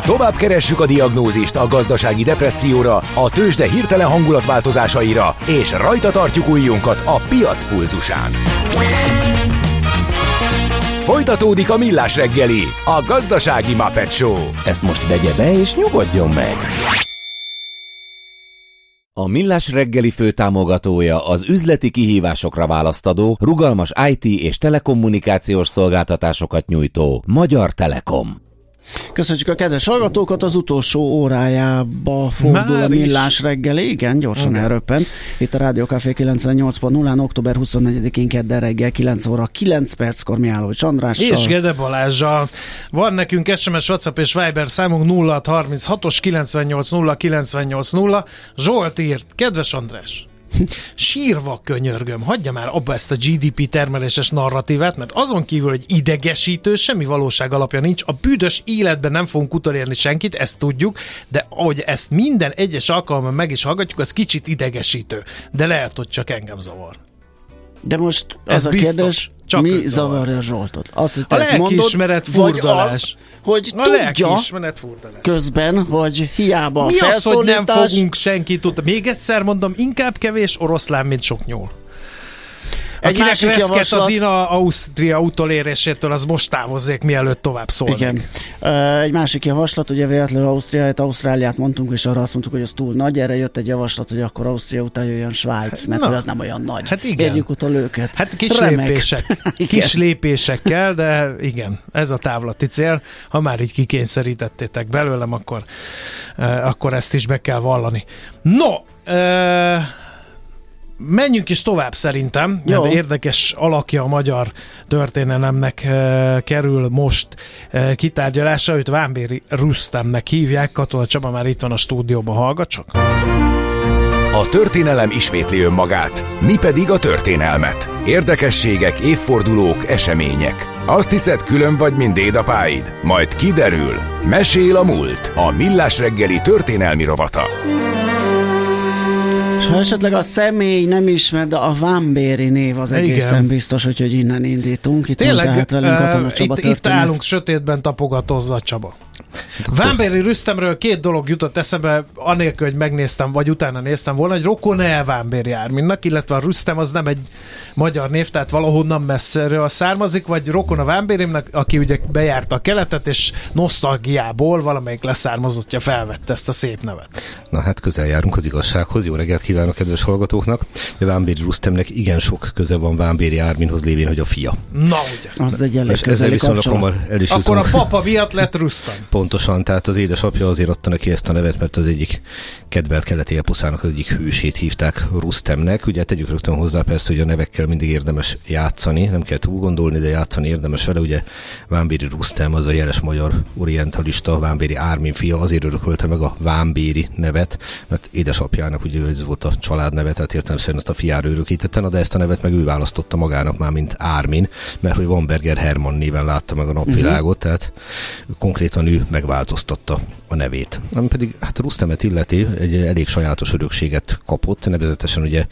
Tovább keressük a diagnózist a gazdasági depresszióra, a tőzsde hirtelen hangulatváltozásaira, és rajta tartjuk ujjunkat a piac pulzusán. Folytatódik a Millás reggeli, a gazdasági Muppet Show. Ezt most vegye be és nyugodjon meg! A Millás reggeli főtámogatója az üzleti kihívásokra választadó, rugalmas IT és telekommunikációs szolgáltatásokat nyújtó Magyar Telekom. Köszönjük a kedves hallgatókat, az utolsó órájába fordul a Millás reggeli. Igen, gyorsan elröppen. Itt a Rádió Café 98.0-án, október 24-én kedden reggel 9 óra 9 perckor Mihálovics Andrással. És Gede Balázsal. Van nekünk SMS, WhatsApp és Viber számunk 0636-os 980980. Zsolt írt, kedves András, sírva könyörgöm, hagyja már abba ezt a GDP termeléses narratívát, mert azon kívül, hogy idegesítő, semmi valóság alapja nincs. A büdös életben nem fogunk utolérni senkit, ezt tudjuk, de ahogy ezt minden egyes alkalommal meg is hallgatjuk, az kicsit idegesítő. De lehet, hogy csak engem zavar. De most ez a biztos, kérdés, csak mi zavarja Zsoltot? Az, hogy te a ezt mondod, lelkiismeret furdalás. Hogy A tudja lelkiismeret furdalás. közben, hogy hiába Mi a az, hogy nem felszólítás... fogunk senkit tudni? Még egyszer mondom, inkább kevés oroszlán, mint sok nyúl. Akinek reszket az Ausztria utolérésétől, az most távozzék, mielőtt tovább szólnak. Igen. Egy másik javaslat, ugye véletlenül Ausztráliát mondtunk, és arra azt mondtuk, hogy az túl nagy. Erre jött egy javaslat, hogy akkor Ausztria után jöjjön Svájc, mert az nem olyan nagy. Hát igen. Érjük utol őket. Hát kis lépésekkel, de igen, ez a távlati cél. Ha már így kikényszerítettétek belőlem, akkor ezt is be kell vallani. No, menjünk is tovább szerintem, mert érdekes alakja a magyar történelemnek kerül most kitárgyalásra, őt Vámbéry Rüsztemnek hívják. Katona Csaba már itt van a stúdióban, hallgat csak. A történelem ismétli önmagát, mi pedig a történelmet. Érdekességek, évfordulók, események. Azt hiszed, külön vagy, mint dédapáid? Majd kiderül. Mesél a múlt. A Millás reggeli történelmi rovata. És ha esetleg a személy nem ismer, de a Vámbéry név az egészen biztos, hogy innen indítunk. Itt tényleg, van tehát velünk Katona Csaba történész. Itt állunk sötétben tapogatozva, Csaba. Vámbéry Rüsztemről két dolog jutott eszembe, anélkül, hogy megnéztem, vagy utána néztem volna, hogy rokon-e Vámbéry Árminnak, illetve a Rüsztem az nem egy magyar név, tehát valahonnan messzeről származik, vagy rokon a Vámbérynek, aki ugye bejárta a keletet, és nosztalgiából valamelyik leszármazottja felvette ezt a szép nevet. Na hát közel járunk az igazsághoz. Jó reggelt kívánok kedves hallgatóknak. A Vámbéry Rüsztemnek igen sok köze van Vámbéry Árminhoz, lévén, hogy a fia. Na ugye. Az egy elég közeli kapcsolat. Akkor a papa miatt lett Rüsztem. Pontosan, tehát az édesapja azért adta neki ezt a nevet, mert az egyik kedvelt keleti eposzának az egyik hősét hívták Rüsztemnek. Ugye tegyük rögtön hozzá persze, hogy a nevekkel mindig érdemes játszani, nem kell túl gondolni, de játszani érdemes vele. Ugye Vámbéry Rüsztem az a jeles magyar orientalista, Vámbéry Ármin fia, azért örökölte meg a Vámbéry nevet, mert édesapjának ugye ez volt a családneve, tehát értelemszerűen azt a fiára örökítette, de ezt a nevet meg ő választotta magának már, mint Ármin, mert hogy Wamberger Hermann néven látta meg a napvilágot, tehát konkrétan ő megváltoztatta a nevét. Ami pedig hát a Rüsztemet illeti, egy elég sajátos örökséget kapott, nevezetesen ugye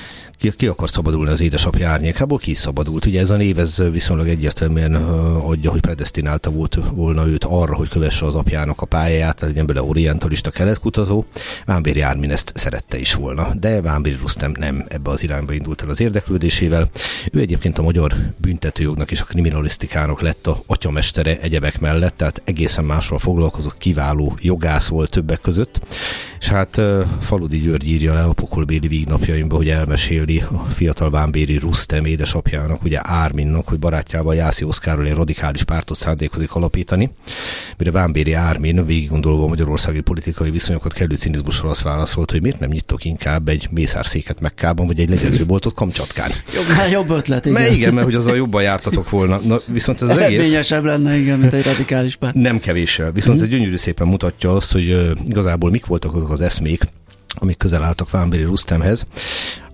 ki akar szabadulni az édesapja árnyékából, ki is szabadult. Ugye ez a név ez viszonylag egyértelműen adja, hogy predesztinálta volna őt arra, hogy kövesse az apjának a pályáját, tehát legyen belőle orientalista keletkutató. Vámbéry Ármin ezt szerette is volna, de Vámbéry Rüsztem nem ebbe az irányba indult el az érdeklődésével. Ő egyébként a magyar büntetőjognak és a kriminalisztikának lett a atyamestere egyebek mellett, tehát egészen másról foglalkozott, kiváló jogász volt többek között. És hát Faludi György írja le a pokolbéli vígnapjaimba, hogy elmeséli a fiatal Vámbéry Rüsztem édesapjának, ugye Árminnak, hogy barátjával, Jászi Oszkárral egy radikális pártot szándékozik alapítani, mire Vámbéry Ármin végig gondolva a magyarországi politikai viszonyokat kellő cinizmussal azt válaszolt, hogy miért nem nyitok inkább egy mészárszéket Mekkában, vagy egy legyezőboltot Kamcsatkán. Jobb ötlet, igen. Igen, mert hogy azzal jobban jártatok volna. Na, viszont ez az egész... Eredményesebb lenne, igen, mint egy radikális párt. Nem kevéssel. Viszont ez gyönyörű szépen mutatja azt, hogy igazából mik voltak azok az eszmék, amik közel álltak Vámbéry Rüsztemhez.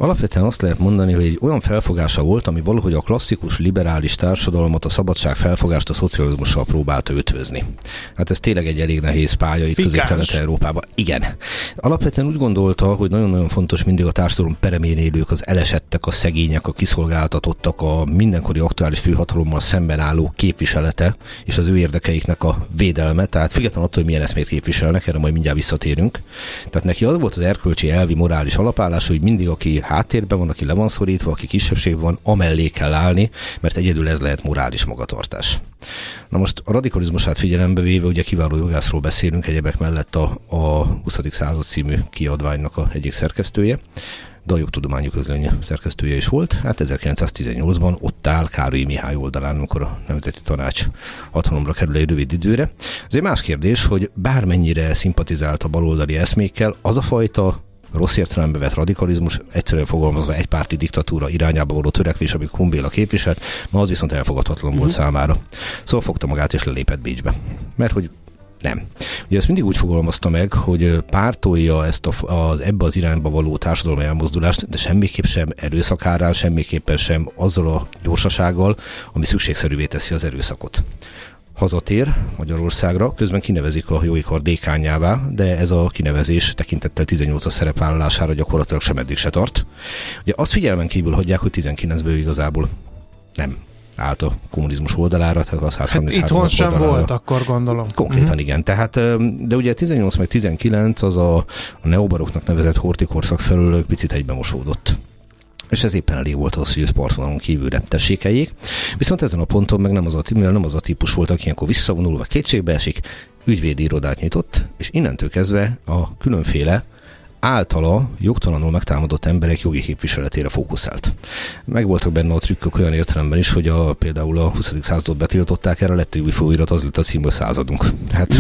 Alapvetően azt lehet mondani, hogy egy olyan felfogása volt, ami valahogy a klasszikus liberális társadalmat, a szabadság felfogást a szocializmussal próbálta ötvözni. Hát ez tényleg egy elég nehéz pálya itt Közép-Kelet-Európában. Igen. Alapvetően úgy gondolta, hogy nagyon-nagyon fontos mindig a társadalom peremén élők, az elesettek, a szegények, a kiszolgáltatottak, a mindenkori aktuális főhatalommal szemben álló képviselete és az ő érdekeiknek a védelme. Tehát függetlenül attól, hogy milyen eszmét képviselnek, erre majd mindjárt visszatérünk. Tehát neki az volt az erkölcsi, elvi, morális alapállás, hogy mindig aki háttérben van, aki le van szorítva, aki kisebbségben van, amellé kell állni, mert egyedül ez lehet morális magatartás. Na most a radikalizmusát figyelembe véve, ugye kiváló jogászról beszélünk, egyebek mellett a 20. század című kiadványnak a egyik szerkesztője, de a Jogtudományi Közlöny szerkesztője is volt. Hát 1918-ban ott áll Károlyi Mihály oldalán, amikor a Nemzeti Tanács hatalomra kerül egy rövid időre. Ez egy más kérdés, hogy bármennyire szimpatizált a baloldali eszmékkel, az a fajta rossz értelembe vett radikalizmus, egyszerűen fogalmazva egypárti diktatúra irányába való törekvés, amit Kun Béla képviselt, az viszont elfogadhatatlan volt számára. Szóval fogta magát és lelépett Bécsbe. Mert hogy nem. Ugye ezt mindig úgy fogalmazta meg, hogy pártolja ezt ebbe az irányba való társadalmi elmozdulást, de semmiképp sem erőszakárán, semmiképpen sem azzal a gyorsasággal, ami szükségszerűvé teszi az erőszakot. Hazatér Magyarországra, közben kinevezik a Jogi Kar dékánjává, de ez a kinevezés tekintettel 18-as szerepvállalására gyakorlatilag sem eddig se tart. Ugye azt figyelmen kívül hagyják, hogy 19-ből igazából nem állt a kommunizmus oldalára, tehát a 133 hát itthon sem volt, akkor gondolom. Konkrétan igen. Tehát, de ugye 18 meg 19 az a neobaroknak nevezett horthy-korszak felől picit egybemosódott. És ez éppen elég volt az, hogy őt partvonalon kívülre tessékeljék. Viszont ezen a ponton meg nem az a típus volt, aki ilyenkor visszavonul, vagy kétségbe esik, ügyvédi irodát nyitott, és innentől kezdve a különféle általa jogtalanul megtámadott emberek jogi képviseletére fókuszált. Megvoltak benne a trükkök olyan értelemben is, hogy például a 20. századot betiltották, erre lett egy új folyóirat, az lett a címből századunk. Hát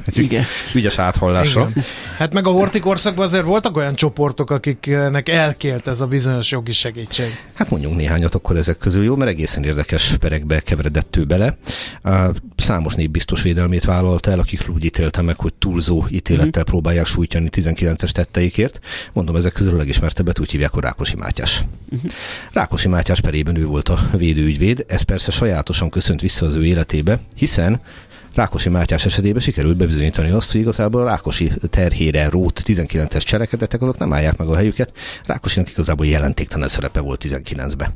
ügyes áthallásra. Igen. Hát meg a horthy-korszakban azért voltak olyan csoportok, akiknek elkélt ez a bizonyos jogi segítség. Hát mondjunk néhányat akkor ezek közül, jó, mert egészen érdekes perekbe keveredett ő bele. Számos népbiztos védelmét vállalta el, akikről úgy ítélte meg, hogy túlzó ítélettel próbálják sújtani 19-es tetteik. Mondom, ezek közül a legismertebbet úgy hívják, hogy Rákosi Mátyás. Rákosi Mátyás perében ő volt a védőügyvéd, ez persze sajátosan köszönt vissza az ő életébe, hiszen Rákosi Mátyás esetében sikerült bebizonyítani azt, hogy igazából a Rákosi terhére rót 19-es cselekedetek, azok nem állják meg a helyüket. Rákosinak igazából jelentéktelen szerepe volt 19-ben.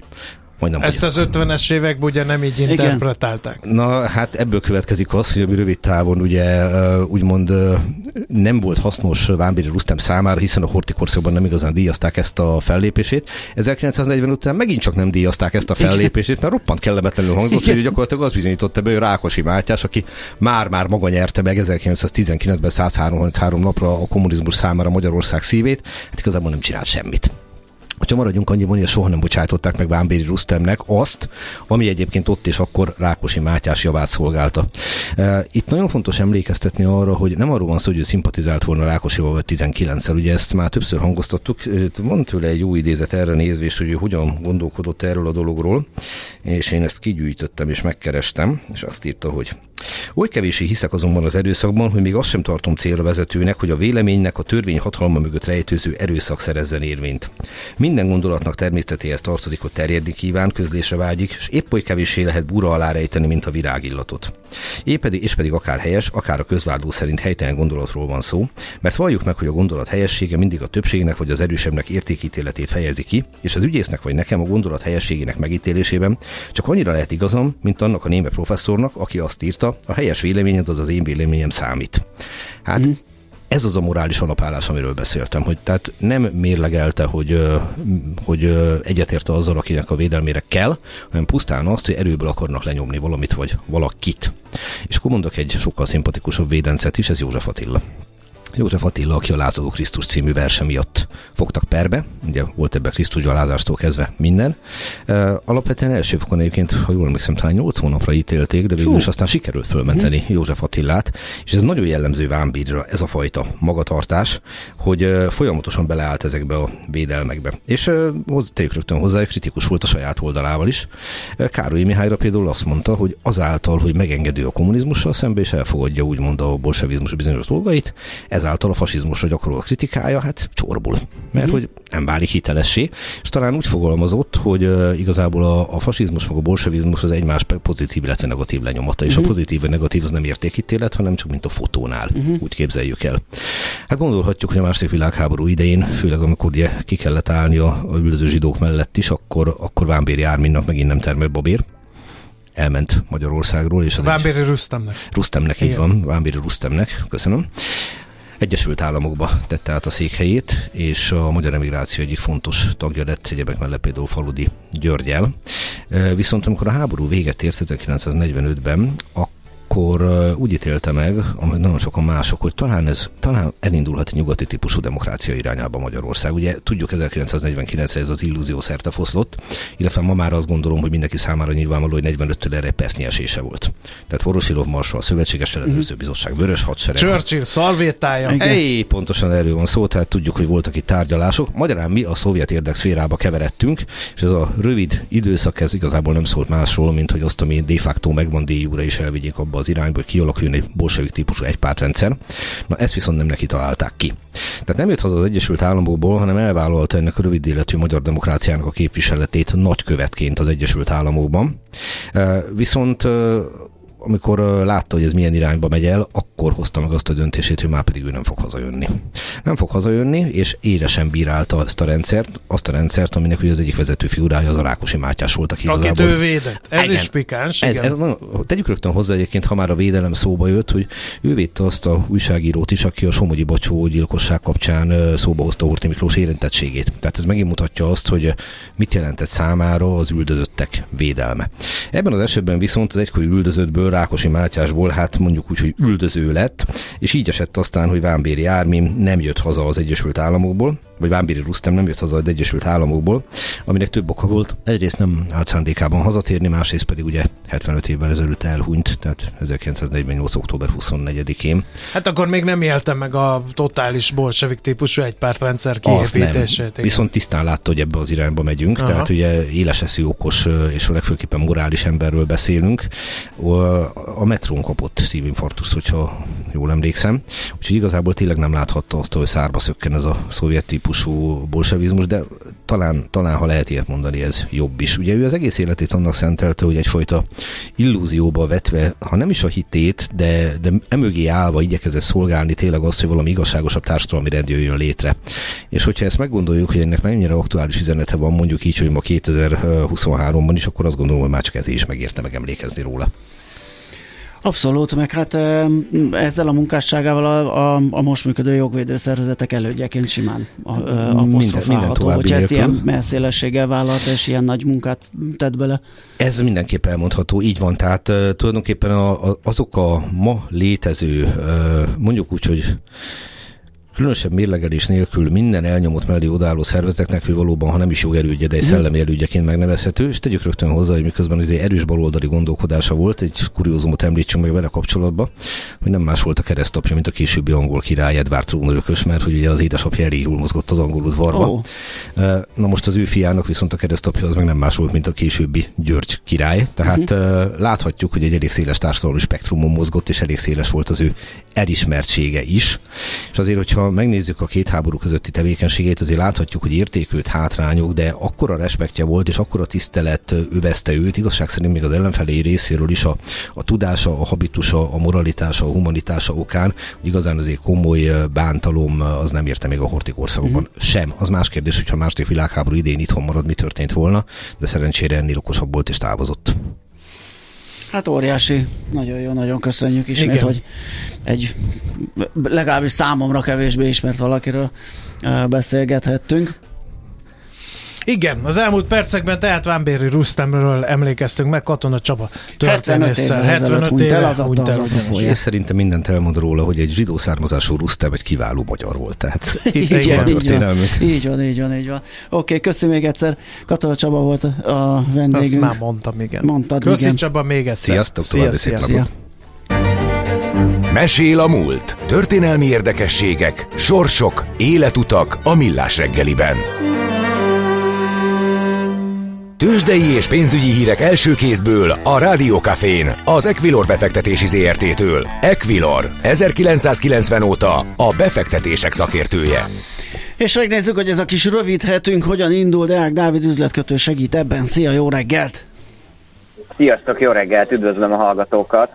Ezt az 50-es években ugye nem így interpretálták. Na, hát ebből következik az, hogy ami rövid távon ugye úgymond nem volt hasznos Vámbéry Rustem számára, hiszen a horthy-korszakban nem igazán díjazták ezt a fellépését. 1940 után megint csak nem díjazták ezt a fellépését, mert roppant kellemetlenül hangzott, hogy gyakorlatilag azt bizonyította be, hogy Rákosi Mátyás, aki már maga nyerte meg 1919-ben 133 napra a kommunizmus számára Magyarország szívét, hát igazából nem csinált semmit. Hogyha maradjunk annyiban, hogy soha nem bocsájtották meg Vámbéry Rustemnek azt, ami egyébként ott és akkor Rákosi Mátyás javát szolgálta. Itt nagyon fontos emlékeztetni arra, hogy nem arról van szó, hogy ő szimpatizált volna Rákosival vagy 19-szel, ugye ezt már többször hangoztattuk, van tőle egy jó idézet erre nézvés, hogy ő hogyan gondolkodott erről a dologról, és én ezt kigyűjtöttem és megkerestem, és azt írta, hogy oly kevéssé hiszek azonban az erőszakban, hogy még azt sem tartom célra vezetőnek, hogy a véleménynek a törvény hatalma mögött rejtőző erőszak szerezzen érvényt. Minden gondolatnak természetéhez tartozik, hogy terjedni kíván, közlésre vágyik, és épp oly kevéssé lehet búra alá rejteni, mint a virágillatot. És pedig akár helyes, akár a közvádló szerint helytelen gondolatról van szó, mert valljuk meg, hogy a gondolat helyessége mindig a többségnek vagy az erősebbnek értékítéletét fejezi ki, és az ügyésznek vagy nekem a gondolat helyességének megítélésében csak annyira lehet igazam, mint annak a német professzornak, aki azt írta, a helyes véleményed az én véleményem számít. Hát ez az a morális alapállás, amiről beszéltem, hogy tehát nem mérlegelte, hogy egyetérte azzal, akinek a védelmére kell, hanem pusztán azt, hogy erőből akarnak lenyomni valamit vagy valakit. És akkor mondok egy sokkal szimpatikusabb védencet is, ez József Attila. József Attila, aki a Lázadó Krisztus című verse miatt fogtak perbe, ugye volt ebben Krisztus gyalázástól kezdve minden. Alapvetően első fokon egyébként, ha jól emlékszem, talán 8 hónapra ítélték, de végül is aztán sikerült fölmenteni József Attilát, és ez nagyon jellemző Vámbéryra, ez a fajta magatartás, hogy folyamatosan beleállt ezekbe a védelmekbe. És tegyük rögtön hozzá, kritikus volt a saját oldalával is. Károlyi Mihályra például azt mondta, hogy azáltal, hogy megengedő a kommunizmussal szembe, és elfogadja úgymond a bolsevizmus bizonyos dolgait, ezáltal a fasizmusra gyakorolt kritikája hát csorbul, mert hogy nem válik hitelessé, és talán úgy fogalmazott, hogy igazából a fasizmus meg a bolsevizmus az egymás pozitív, illetve negatív lenyomata, és a pozitív vagy negatív az nem értékítélet, hanem csak mint a fotónál, úgy képzeljük el. Hát gondolhatjuk, hogy a második világháború idején, főleg amikor ugye ki kellett állni a üldöző zsidók mellett is, akkor Vámbéry Árminnak megint nem termett babér. Elment Magyarországról. És Vámbéry Rustemnek. Rustemnek, így van. Vámbéry Rustemnek, köszönöm. Egyesült Államokba tette át a székhelyét, és a magyar emigráció egyik fontos tagja lett, egyebek mellett például Faludi Györgyel. Viszont amikor a háború véget ért 1945-ben, akkor úgy ítélte meg, amely nagyon sokan mások, hogy talán elindulhat egy nyugati típusú demokrácia irányába Magyarország. Ugye tudjuk, 1949-re ez az illúzió szerte foszlott, illetve ma már azt gondolom, hogy mindenki számára nyilvánvaló, hogy 45-től erre percnyi esése volt. Tehát Vorosilov marsall, Szövetséges Ellenőrző Bizottság, Vörös Hadsereg. Churchill szalvétája. Pontosan erről van szó, tehát tudjuk, hogy voltak itt tárgyalások. Magyarán mi a szovjet érdekszférába keveredtünk, és ez a rövid időszak, ez igazából nem szólt másról, mint hogy azt, ami de facto megvan de jure is elvigyék abba az irányba, hogy kialakuljon egy bolsevik típusú egypártrendszer. Na, ezt viszont nem neki találták ki. Tehát nem jött haza az Egyesült Államokból, hanem elvállalta ennek a rövid életű magyar demokráciának a képviseletét nagykövetként az Egyesült Államokban. Viszont amikor látta, hogy ez milyen irányba megy el, akkor hozta meg azt a döntését, hogy már pedig ő nem fog hazajönni. Nem fog hazajönni, és élesen bírálta azt a rendszert, aminek ugye az egyik vezető figurája az a Rákosi Mátyás volt, aki akit ő védett. Ez igen. Is pikáns. Tegyük rögtön hozzá egyébként, ha már a védelem szóba jött, hogy ő védte azt a újságírót is, aki a Somogyi Bacsó gyilkosság kapcsán szóba hozta Horthy Miklós érintettségét. Tehát ez megint mutatja azt, hogy mit jelentett számára az üldözöttek védelme. Ebben az esetben viszont az egykori üldözöttből, Rákosi Mátyásból, hát mondjuk úgy, hogy üldöző lett, és így esett aztán, hogy Vámbéry Ármin nem jött haza az Egyesült Államokból, vagy Vámbéry Rustem nem jött haza az Egyesült Államokból, aminek több oka volt. Egyrészt nem állt szándékában hazatérni, másrészt pedig ugye 75 évvel ezelőtt elhunyt, tehát 1948. október 24-én. Hát akkor még nem éltem meg a totális bolsevik típusú egypártrendszer kiépítését. Viszont tisztán látta, hogy ebbe az irányba megyünk, tehát ugye éleseszű, okos és legfőképpen morális emberről beszélünk. A metrón kapott szívinfarktust, hogyha jól emlékszem. Úgyhogy igazából tényleg nem láthatta azt, hogy szárba szökken ez a szovjet típusú bolsevizmus, de talán ha lehet ilyet mondani, ez jobb is. Ugye ő az egész életét annak szentelte, hogy egyfajta illúzióba vetve, ha nem is a hitét, de emögé állva igyekezett szolgálni tényleg azt, hogy valami igazságosabb társadalmi rend jöjjön létre. És hogyha ezt meggondoljuk, hogy ennek mennyire aktuális üzenete van, mondjuk így, hogy ma 2023-ban is, akkor azt gondolom, hogy már csak ezért is megérte megemlékezni róla. Abszolút, meg hát ezzel a munkásságával a most működő jogvédőszervezetek elődjeként simán apostrofálható, hogyha ezt ilyen messzélességgel vállalta, és ilyen nagy munkát tett bele. Ez mindenképp elmondható, így van, tehát tulajdonképpen azok a ma létező, mondjuk úgy, hogy különösebb mérlegelés nélkül minden elnyomott mellé odálló szervezetnek, hogy valóban, ha nem is jogerődje, de egy szellemi elődjeként megnevezhető, és tegyük rögtön hozzá, hogy miközben ez egy erős baloldali gondolkodása volt, egy kuriózumot említsünk meg vele kapcsolatban, hogy nem más volt a keresztapja, mint a későbbi angol király, Edward trónörökös, mert hogy ugye az édesapja elég jól mozgott az angol udvarba. Na most az ő fiának viszont a keresztapja az meg nem más volt, mint a későbbi György király, tehát láthatjuk, hogy egy elég széles társadalmi spektrumon mozgott, és elég széles volt az ő elismertsége is. És azért, hogyha megnézzük a két háború közötti tevékenységét, azért láthatjuk, hogy értékült hátrányok, de akkora respektje volt, és akkora tisztelet övezte őt, igazság szerint még az ellenfelé részéről is a tudása, a habitusa, a moralitása, a humanitása okán, hogy igazán azért komoly bántalom az nem érte még a Horthy korszakban sem. Az más kérdés, hogyha a második világháború idején itthon marad, mi történt volna, de szerencsére ennél okosabb volt és távozott. Hát óriási, nagyon jó, nagyon köszönjük ismét, hogy egy legalábbis számomra kevésbé ismert valakiről beszélgethettünk. Igen, az elmúlt percekben tehát Vámbéry Rustemről emlékeztünk meg, Katona Csaba történésszel. 75 éve hunyt el. És szerintem mindent elmond róla, hogy egy zsidó származású Rustem egy kiváló magyar volt. Tehát így van. Oké, köszönöm még egyszer. Katona Csaba volt a vendégünk. Azt már mondtam, igen. Mondtad, köszi igen. Csaba még egyszer. Sziasztok, további szép napot. Mesél a múlt. Történelmi érdekességek, sorsok, életutak a Millás reggeliben. Tőzsdei és pénzügyi hírek első kézből a Rádió Cafén, az Equilor befektetési ZRT-től. Equilor, 1990 óta a befektetések szakértője. És megnézzük, hogy ez a kis rövid hetünk hogyan indul. Deák Dávid üzletkötő segít ebben. Szia, jó reggelt! Sziasztok, jó reggelt, üdvözlöm a hallgatókat!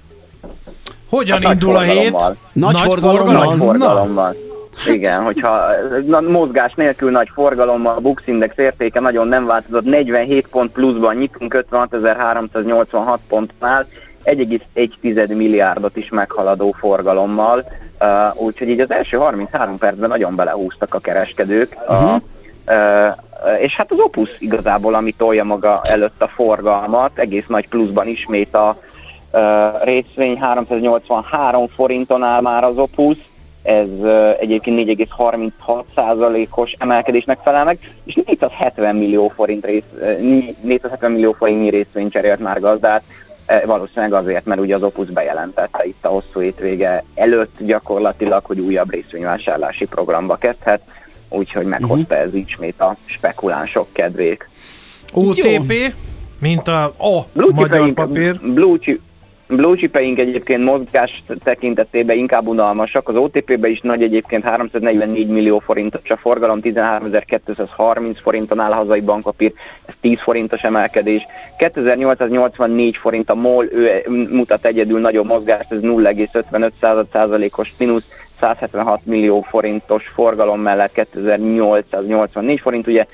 Hogyan indul a hét? Nagy forgalommal. Igen, hogyha mozgás nélkül nagy forgalommal, a Bux Index értéke nagyon nem változott, 47 pont pluszban nyitunk, 56.386 pontnál, 1,1 milliárdot is meghaladó forgalommal, úgyhogy így az első 33 percben nagyon belehúztak a kereskedők, és hát az Opus igazából, ami tolja maga előtt a forgalmat, egész nagy pluszban ismét a részvény, 383 forinton áll már az Opus, ez egyébként 4,36%-os emelkedésnek felel meg, és 470 millió forintnyi részvényt cserélt már gazdát, valószínűleg azért, mert ugye az Opus bejelentette itt a hosszú hétvége előtt gyakorlatilag, hogy újabb részvényvásárlási programba kezdhet, úgyhogy meghozta ez ismét a spekulánsok kedvék. OTP, mint a magyar papír. Blue chipeink egyébként mozgás tekintetében inkább unalmasak. Az OTP-ben is nagy egyébként 344 millió forintos a forgalom, 13.230 forinton áll a hazai bankpapír, ez 10 forintos emelkedés. 2884 forint a MOL, ő mutat egyedül nagyobb mozgást, ez 0,55%-os mínusz, 176 millió forintos forgalom mellett 2884 forint, ugye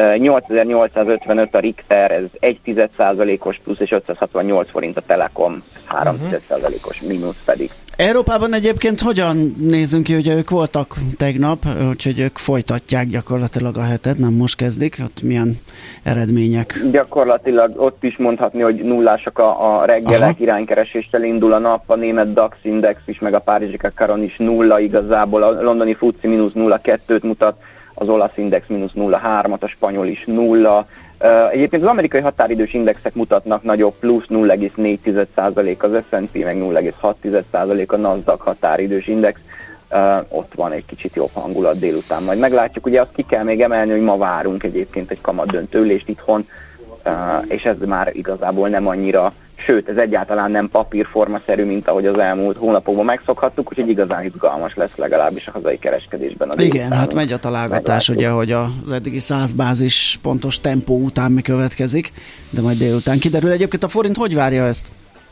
8855 a Richter, ez 1,1%-os plusz, és 568 forint a Telekom, 3,1%-os mínusz pedig. Európában egyébként hogyan nézünk ki, ugye ők voltak tegnap, úgyhogy ők folytatják gyakorlatilag a hetet, nem most kezdik, ott milyen eredmények? Gyakorlatilag ott is mondhatni, hogy nullásak a reggelek, iránykereséssel indul a nap, a német DAX index is, meg a párizsi Caron is nulla igazából, a londoni FTSE mínusz 0,2-t mutat, az olasz index mínusz 0,3-at, a spanyol is nulla. Egyébként az amerikai határidős indexek mutatnak nagyobb plusz, 0,4% az S&P, meg 0,6% a Nasdaq határidős index. Ott van egy kicsit jobb hangulat délután, majd meglátjuk. Ugye azt ki kell még emelni, hogy ma várunk egyébként egy kamatdöntőülést itthon, és ez már igazából nem annyira, sőt, ez egyáltalán nem papírformaszerű, mint ahogy az elmúlt hónapokban megszokhattuk, úgyhogy igazán izgalmas lesz legalábbis a hazai kereskedésben. Igen, hát megy a találgatás, ugye, hogy az eddigi 100 bázis pontos tempó után mi következik, de majd délután kiderül. Egyébként a forint hogy várja ezt?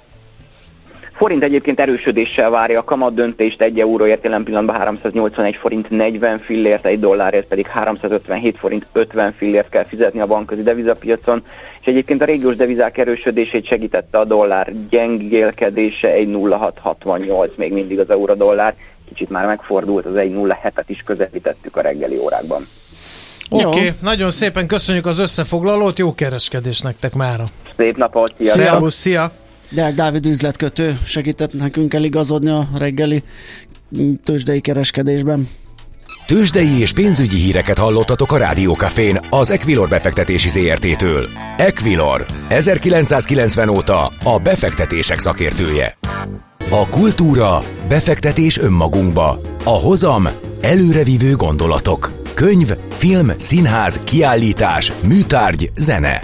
Forint egyébként erősödéssel várja a kamatdöntést, 1 euróért jelen pillanatban 381 forint 40 fillért, 1 dollárért pedig 357 forint 50 fillért kell fizetni a bankközi devizapiacon, és egyébként a régiós devizák erősödését segítette a dollár gyengélkedése, 1,0668 még mindig az euró-dollár, kicsit már megfordult, az 1,07-et is közelítettük a reggeli órákban. Oké, nagyon szépen köszönjük az összefoglalót, jó kereskedés nektek mára. Szép napot, szia! Deák Dávid üzletkötő segített nekünk eligazodni a reggeli tőzsdei kereskedésben. Tőzsdei és pénzügyi híreket hallottatok a Rádió Cafén az Equilor befektetési ZRT-től. Equilor, 1990 óta a befektetések szakértője. A kultúra, befektetés önmagunkba. A hozam, előrevívő gondolatok. Könyv, film, színház, kiállítás, műtárgy, zene.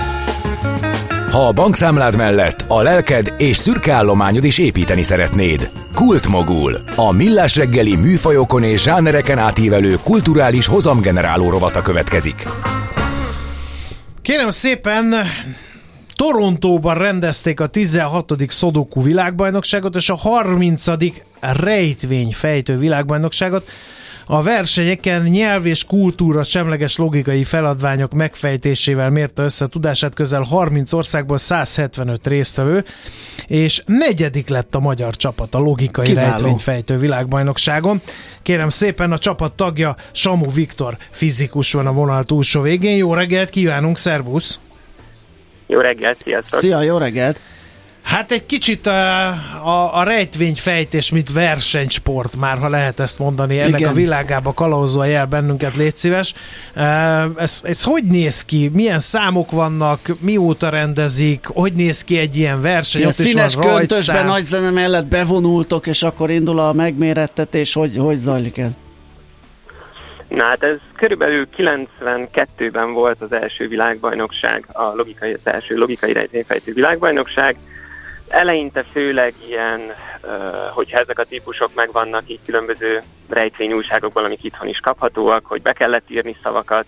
Ha a bankszámlád mellett a lelked és szürke állományod is építeni szeretnéd. Kultmogul, a millás reggeli műfajokon és zsánereken átívelő kulturális hozamgeneráló rovata következik. Kérem szépen, Torontóban rendezték a 16. Sudoku világbajnokságot és a 30. rejtvényfejtő világbajnokságot. A versenyeken nyelv és kultúra semleges logikai feladványok megfejtésével mérte össze tudását közel 30 országból 175 résztvevő, és 4. lett a magyar csapat a logikai rejtvényfejtő világbajnokságon. Kérem szépen, a csapat tagja Samu Viktor fizikus van a vonal túlsó végén. Jó reggelt kívánunk, szervusz! Jó reggelt, sziasztok! Szia, jó reggelt! Hát egy kicsit a rejtvényfejtés, mint versenysport, már ha lehet ezt mondani, ennek igen. A világába kalauzolja el bennünket, légy szíves. Ez hogy néz ki? Milyen számok vannak? Mióta rendezik? Hogy néz ki egy ilyen verseny? Ja, ott színes is van köntösben nagy zene mellett bevonultok, és akkor indul a megmérettetés. Hogy zajlik ez? Na hát ez körülbelül 92-ben volt az első világbajnokság, az első logikai rejtvényfejtő világbajnokság. Eleinte főleg ilyen, hogyha ezek a típusok megvannak így különböző rejtvényújságokban, amik itthon is kaphatóak, hogy be kellett írni szavakat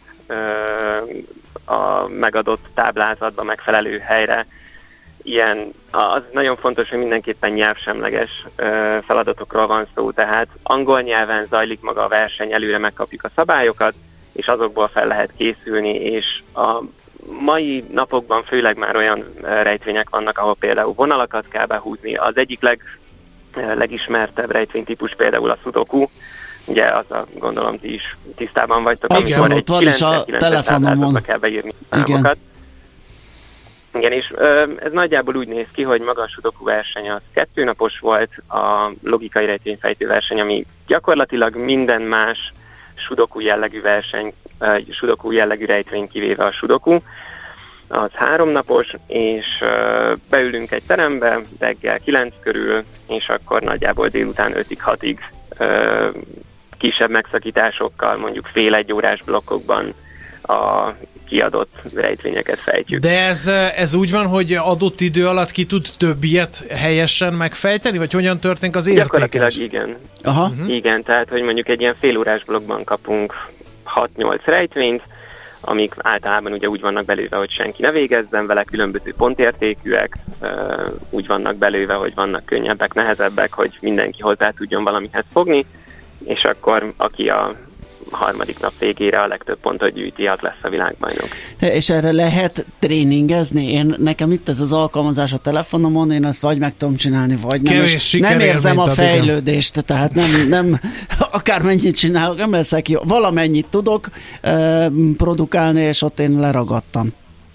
a megadott táblázatba megfelelő helyre. Ilyen, az nagyon fontos, hogy mindenképpen nyelvsemleges feladatokról van szó, tehát angol nyelven zajlik maga a verseny, előre megkapjuk a szabályokat, és azokból fel lehet készülni, és a mai napokban főleg már olyan rejtvények vannak, ahol például vonalakat kell behúzni. Az egyik legismertebb rejtvénytípus például a sudoku, ugye azzal gondolom ti is tisztában vagytok, amikor egy 99-es táblázatba kell beírni számokat. Igen, és ez nagyjából úgy néz ki, hogy maga a sudoku verseny az 2 napos volt, a logikai rejtvényfejtő verseny, ami gyakorlatilag minden más sudoku jellegű verseny, sudoku jellegű rejtvény kivéve a sudoku, az 3 napos, és beülünk egy terembe reggel 9 körül, és akkor nagyjából délután 5-6-ig kisebb megszakításokkal, mondjuk fél 1 órás blokkokban a kiadott rejtvényeket fejtjük. De ez úgy van, hogy adott idő alatt ki tud több ilyet helyesen megfejteni, vagy hogyan történik az értékelés? Gyakorlatilag igen. Aha. Igen, tehát hogy mondjuk egy ilyen fél órás blokkban kapunk 6-8 rejtvényt, amik általában ugye úgy vannak belőve, hogy senki ne végezzen vele, különböző pontértékűek, úgy vannak belőve, hogy vannak könnyebbek, nehezebbek, hogy mindenki hozzá tudjon valamihez fogni, és akkor aki a harmadik nap végére a legtöbb pontot gyűjti, az lesz a világbajnok. És erre lehet tréningezni? Nekem itt ez az alkalmazás a telefonomon, én ezt vagy meg tudom csinálni, vagy nem. Nem érzem a fejlődést, tehát nem akármennyit csinálok, nem leszek jó. Valamennyit tudok produkálni, és ott én leragadtam.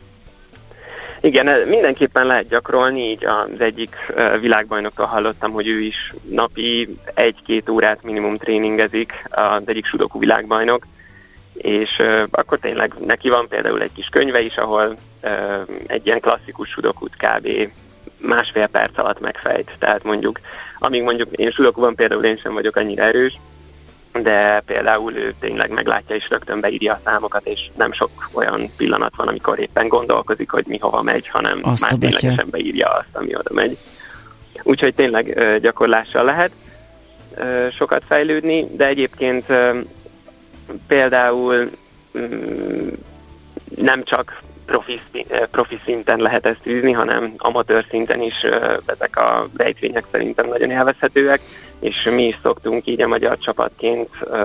Igen, mindenképpen lehet gyakorolni, így az egyik világbajnoktól hallottam, hogy ő is napi 1-2 órát minimum tréningezik, az egyik sudoku világbajnok, és akkor tényleg neki van például egy kis könyve is, ahol egy ilyen klasszikus sudokut kb. 1,5 perc alatt megfejt. Tehát amíg én sudokuban például én sem vagyok annyira erős, de például ő tényleg meglátja és rögtön beírja a számokat, és nem sok olyan pillanat van, amikor éppen gondolkozik, hogy mi hova megy, hanem már ténylegesen beírja azt, ami oda megy. Úgyhogy tényleg gyakorlással lehet sokat fejlődni, de egyébként például nem csak profi szinten lehet ezt űzni, hanem amatőr szinten is ezek a rejtvények szerintem nagyon élvezhetőek, és mi is szoktunk így a magyar csapatként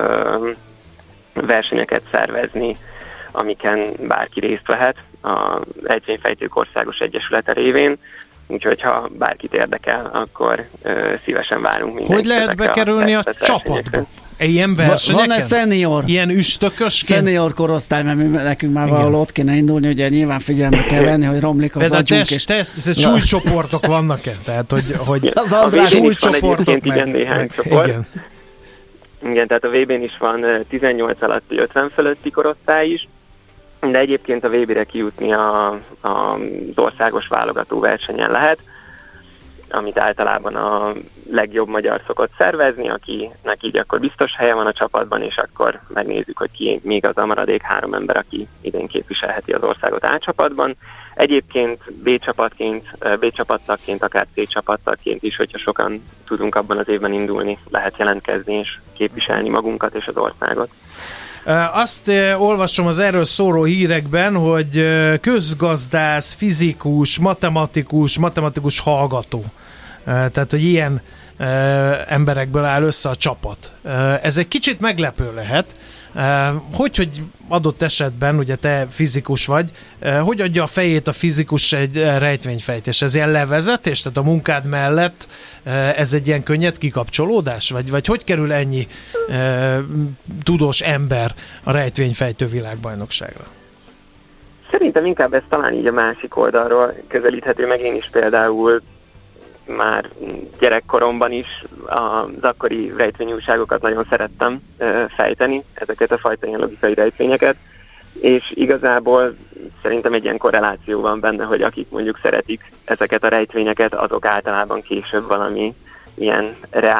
versenyeket szervezni, amiken bárki részt vehet a Rejtvényfejtők Országos Egyesülete révén, úgyhogy ha bárkit érdekel, akkor szívesen várunk mindenkit. Hogy lehet bekerülni a csapatba? Ilyen versenyeken? Van-e szenior? Ilyen üstökösként? Szenior korosztály, mert nekünk már valahol ott kéne indulni, ugye nyilván figyelme kell venni, hogy romlik az agyunk. De súlycsoportok vannak-e? Tehát, hogy az András súlycsoportok igen, néhány csoport. Igen, tehát a VB-n is van 18 alatti 50 fölötti korosztály is, de egyébként a VB-re kijutni az országos válogató versenyen lehet, amit általában a legjobb magyar szokott szervezni, akinek így akkor biztos helye van a csapatban, és akkor megnézzük, hogy ki még az a maradék 3 ember, aki idén képviselheti az országot A csapatban. Egyébként B csapattagként, akár C csapattagként is, hogyha sokan tudunk abban az évben indulni, lehet jelentkezni és képviselni magunkat és az országot. Azt olvasom az erről szóló hírekben, hogy közgazdász, fizikus, matematikus hallgató. Tehát, hogy ilyen emberekből áll össze a csapat. Ez egy kicsit meglepő lehet. Hogy adott esetben, ugye te fizikus vagy, hogy adja a fejét a fizikus egy rejtvényfejtés? Ez ilyen levezetés? Tehát a munkád mellett ez egy ilyen könnyed kikapcsolódás? Vagy hogy kerül ennyi tudós ember a rejtvényfejtő világbajnokságra? Szerintem inkább ez talán így a másik oldalról közelíthető, meg én is például már gyerekkoromban is az akkori rejtvényújságokat nagyon szerettem fejteni, ezeket a fajta ilyen logikai rejtvényeket, és igazából szerintem egy ilyen korreláció van benne, hogy akik mondjuk szeretik ezeket a rejtvényeket, azok általában később valami ilyen reál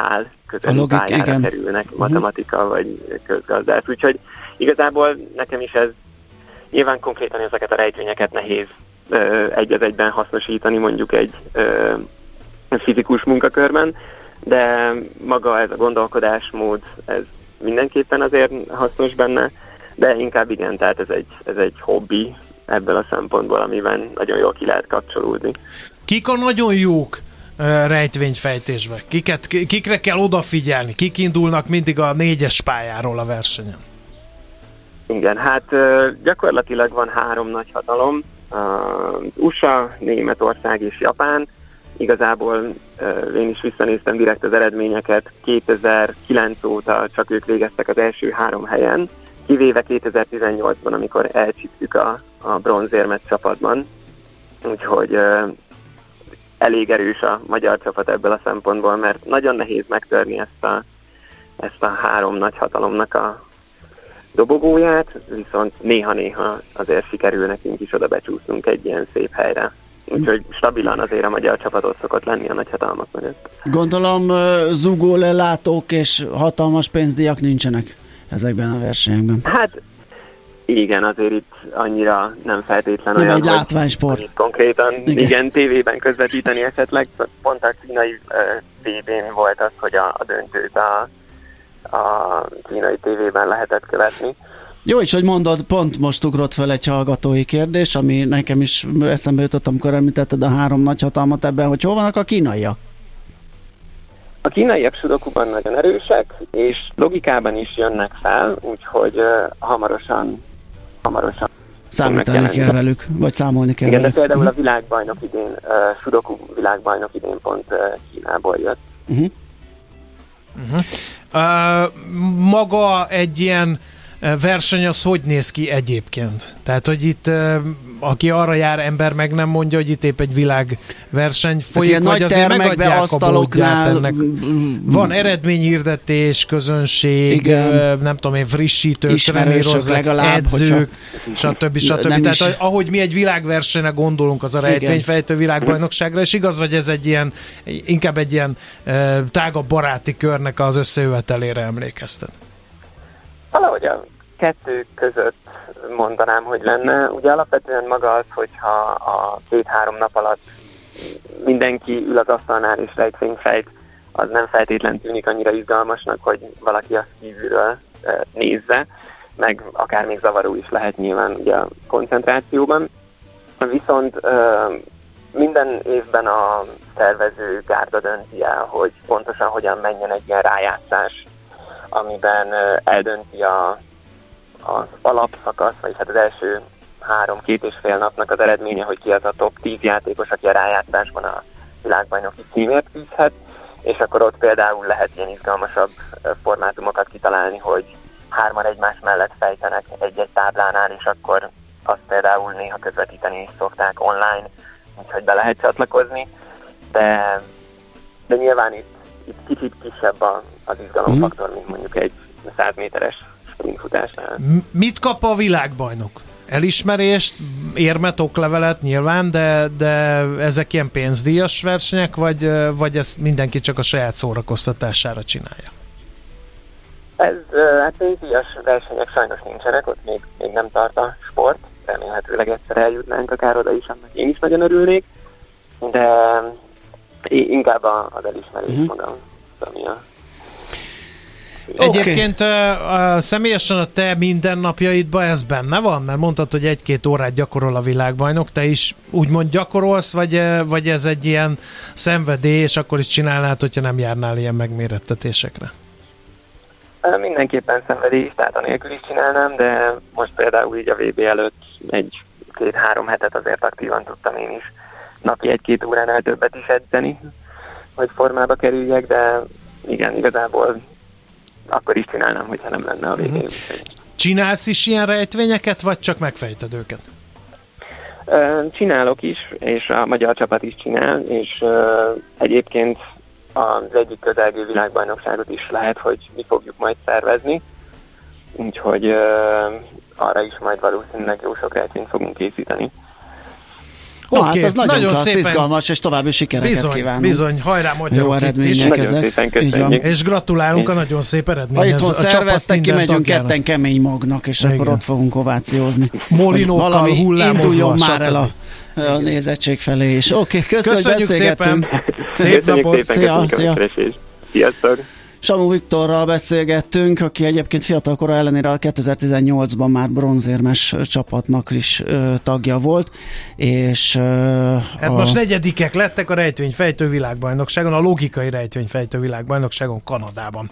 közeli pályára kerülnek, matematika vagy közgazdász. Úgyhogy igazából nekem is ez nyilván konkrétan ezeket a rejtvényeket nehéz egy az egyben hasznosítani mondjuk egy fizikus munkakörben, de maga ez a gondolkodásmód, ez mindenképpen azért hasznos benne, de inkább igen, tehát ez egy hobbi ebből a szempontból, amiben nagyon jól ki lehet kapcsolódni. Kik a nagyon jók rejtvényfejtésbe? Kikre kell odafigyelni? Kik indulnak mindig a 4-es pályáról a versenyen? Igen, hát gyakorlatilag van 3 nagy hatalom, USA, Németország és Japán. Igazából én is visszanéztem direkt az eredményeket, 2009 óta csak ők végeztek az első 3 helyen, kivéve 2018-ban, amikor elcsíptük a bronzérmet csapatban. Úgyhogy elég erős a magyar csapat ebből a szempontból, mert nagyon nehéz megtörni ezt a 3 nagy hatalomnak a dobogóját, viszont néha-néha azért sikerül nekünk is oda becsúsznunk egy ilyen szép helyre. Úgyhogy stabilan azért a magyar csapatot szokott lenni a nagyhatalmak mögött. Gondolom zugólelátók és hatalmas pénzdíjak nincsenek ezekben a versenyekben. Hát igen, azért itt annyira nem feltétlen nem olyan, egy látványsport. Konkrétan igen, tévében közvetíteni esetleg. Pont a kínai tévén volt az, hogy a döntőt a kínai tévében lehetett követni. Jó is, hogy mondod, pont most ugrott fel egy hallgatói kérdés, ami nekem is eszembe jutott, amikor említetted a 3 nagyhatalmat ebben, hogy hol vannak a kínaiak? A kínaiak sudokuban nagyon erősek, és logikában is jönnek fel, úgyhogy hamarosan számítani kell velük, vagy számolni kell igen, velük. De például a világbajnok idén, sudoku világbajnok idén pont Kínából jött. Maga egy ilyen verseny az hogy néz ki egyébként? Tehát, hogy itt aki arra jár, ember meg nem mondja, hogy itt épp egy világverseny folyik, vagy azért megadják a bódját ennek. Van eredményhirdetés, közönség, igen. Nem tudom én, frissítők, trenírozók, edzők, stb. Tehát ahogy mi egy világversenyre gondolunk, az a rejtvényfejtő világbajnokságra, és igaz, vagy ez egy ilyen, inkább egy ilyen tágabb baráti körnek az összejövetelére emlékeztet? Valahogy a 2 között mondanám, hogy lenne. Ugye alapvetően maga az, hogyha a 2-3 nap alatt mindenki ül az asztalnál és rejtvényfejt, az nem feltétlen tűnik annyira izgalmasnak, hogy valaki azt kívülről nézze, meg akár még zavaró is lehet nyilván ugye a koncentrációban. Viszont minden évben a szervező gárda dönti el, hogy pontosan hogyan menjen egy ilyen rájátszás, amiben eldönti az alapszakasz, vagyis hát az első 2,5 napnak az eredménye, hogy ki az a top 10 játékos, aki a rájátszásban a világbajnoki címért küzdhet, és akkor ott például lehet ilyen izgalmasabb formátumokat kitalálni, hogy 3-an egymás mellett fejtenek egy-egy táblánál, és akkor azt például néha közvetíteni is szokták online, úgyhogy be lehet csatlakozni, de nyilván itt kicsit kisebb az izgalomfaktor, mint mondjuk egy 100 méteres sprintfutásnál. Mit kap a világbajnok? Elismerést, érmet, oklevelet nyilván, de ezek ilyen pénzdíjas versenyek, vagy ezt mindenki csak a saját szórakoztatására csinálja? Hát pénzdíjas versenyek sajnos nincsenek, ott még nem tart a sport, remélhetőleg egyszer eljutnánk akár oda is, annak én is nagyon örülnék, de inkább az elismerés magam, ami a... Egyébként személyesen a te mindennapjaidban ez benne van? Mert mondtad, hogy 1-2 órát gyakorol a világbajnok, te is úgymond gyakorolsz, vagy ez egy ilyen szenvedély, és akkor is csinálnád, hogyha nem járnál ilyen megmérettetésekre? Mindenképpen szenvedély, tehát anélkül is csinálnám, de most például így a VB előtt 1-2-3 hetet azért aktívan tudtam én is napi 1-2 óránál többet is edzeni, hogy formába kerüljek, de igen, igazából akkor is csinálnám, hogyha nem lenne a végén. Csinálsz is ilyen rejtvényeket, vagy csak megfejted őket? Csinálok is, és a magyar csapat is csinál, és egyébként az egyik közelgő világbajnokságot is lehet, hogy mi fogjuk majd szervezni, úgyhogy arra is majd valószínűleg jó sok rejtvényt fogunk készíteni. Hát ez nagyon klassz, izgalmas, és további sikereket kívánunk. Bizony, hajrá magyarok. Jó eredmények ezek. És gratulálunk a nagyon szép eredményhez. Ha itthon szerveztek, kimegyünk ketten kemény magnak, és akkor ott fogunk ovációzni. Molinókkal hullámozva. Induljon már el a nézettség felé is. Oké, köszönjük szépen. Szép napot. Szia. Sziasztok. Samu Viktorral beszélgettünk, aki egyébként fiatalkora ellenére a 2018-ban már bronzérmes csapatnak is tagja volt, és most negyedikek lettek a rejtvényfejtő világbajnokságon, a logikai rejtvényfejtő világbajnokságon Kanadában.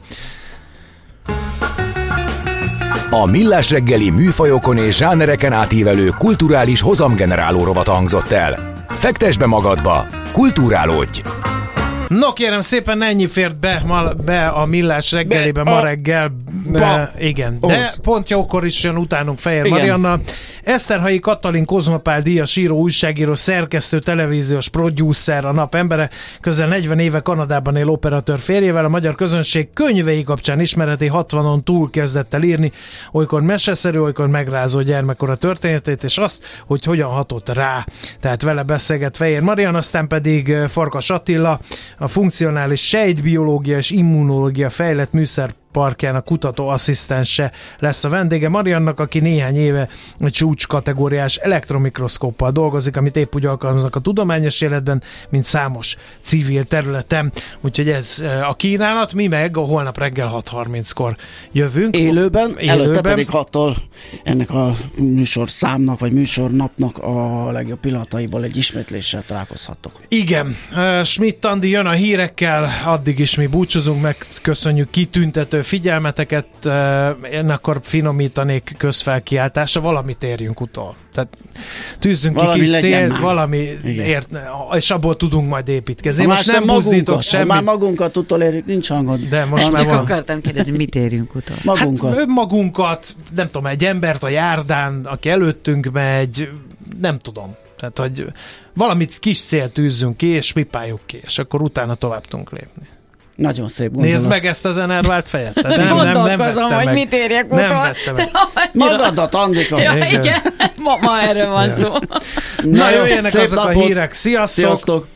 A Millás reggeli műfajokon és zsánereken átívelő kulturális hozamgeneráló rovat hangzott el. Fektesd be magadba, kulturálódj! No kérem szépen, ennyi fért be a Millás reggelibe ma reggel. Igen, de pont jókor is jön utánunk Fejér Marianna. Eszterhalyi Katalin Kozmapál díjas író, újságíró, szerkesztő, televíziós producer, a nap embere, közel 40 éve Kanadában él operatőr férjével, a magyar közönség könyvei kapcsán ismereti 60-on túl kezdett el írni, olykor meseszerű, olykor megrázó gyermekkora történetét, és azt, hogy hogyan hatott rá. Tehát vele beszélget Fejér Marianna, aztán pedig Farkas Attila, a funkcionális sejtbiológia és immunológia fejlett műszerparkjának kutatóasszisztense lesz a vendége Mariannak, aki néhány éve csúcskategóriás elektromikroszkóppal dolgozik, amit épp úgy alkalmaznak a tudományos életben, mint számos civil területen. Úgyhogy ez a kínálat, mi meg a holnap reggel 6:30-kor jövünk. Élőben, előtte pedig 6-tól ennek a műsorszámnak, vagy műsornapnak a legjobb pillanataiból egy ismétléssel találkozhattok. Igen, Schmidt Andi jön a hírekkel, addig is mi búcsúzunk, megköszönjük kitüntető figyelmeteket, én akkor finomítanék közfelkiáltásra, valamit érjünk utol. Tehát tűzzünk ki kis célt, valami és abból tudunk majd építkezni. Most nem buzdítok semmit. Már magunkat utolérjük, nincs hangod. De most csak akartam kérdezni, mit érjünk utol? Magunkat. Hát magunkat, nem tudom, egy embert a járdán, aki előttünk megy, nem tudom. Tehát, hogy valamit kis célt tűzzünk ki, és pipáljuk ki, és akkor utána tovább tudunk lépni. Nagyon szép gondolat. Nézd meg ezt az enervált fejet. Gondolkozom, hogy mit érjek utol. Nem vettem meg. Magadat, Andika. Ja, igen. Ma erről van szó. Na jöjjenek azok napot. A hírek. Sziasztok! Sziasztok!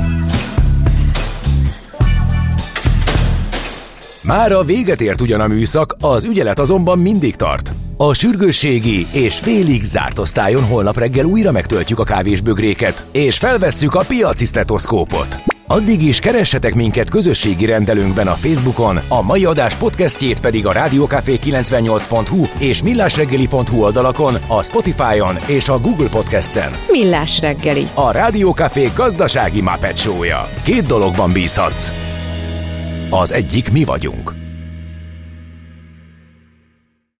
Mára véget ért ugyan a műszak, az ügyelet azonban mindig tart. A sürgősségi és félig zárt osztályon holnap reggel újra megtöltjük a kávésbögréket, és felvesszük a piaci sztetoszkópot. Addig is keressetek minket közösségi rendelőnkben a Facebookon, a mai adás podcastjét pedig a rádiókafé98.hu és millásreggeli.hu oldalakon, a Spotify-on és a Google Podcast-en. Millás reggeli. A Rádiókafé gazdasági Muppet Show-ja. 2 dologban bízhatsz. Az egyik mi vagyunk.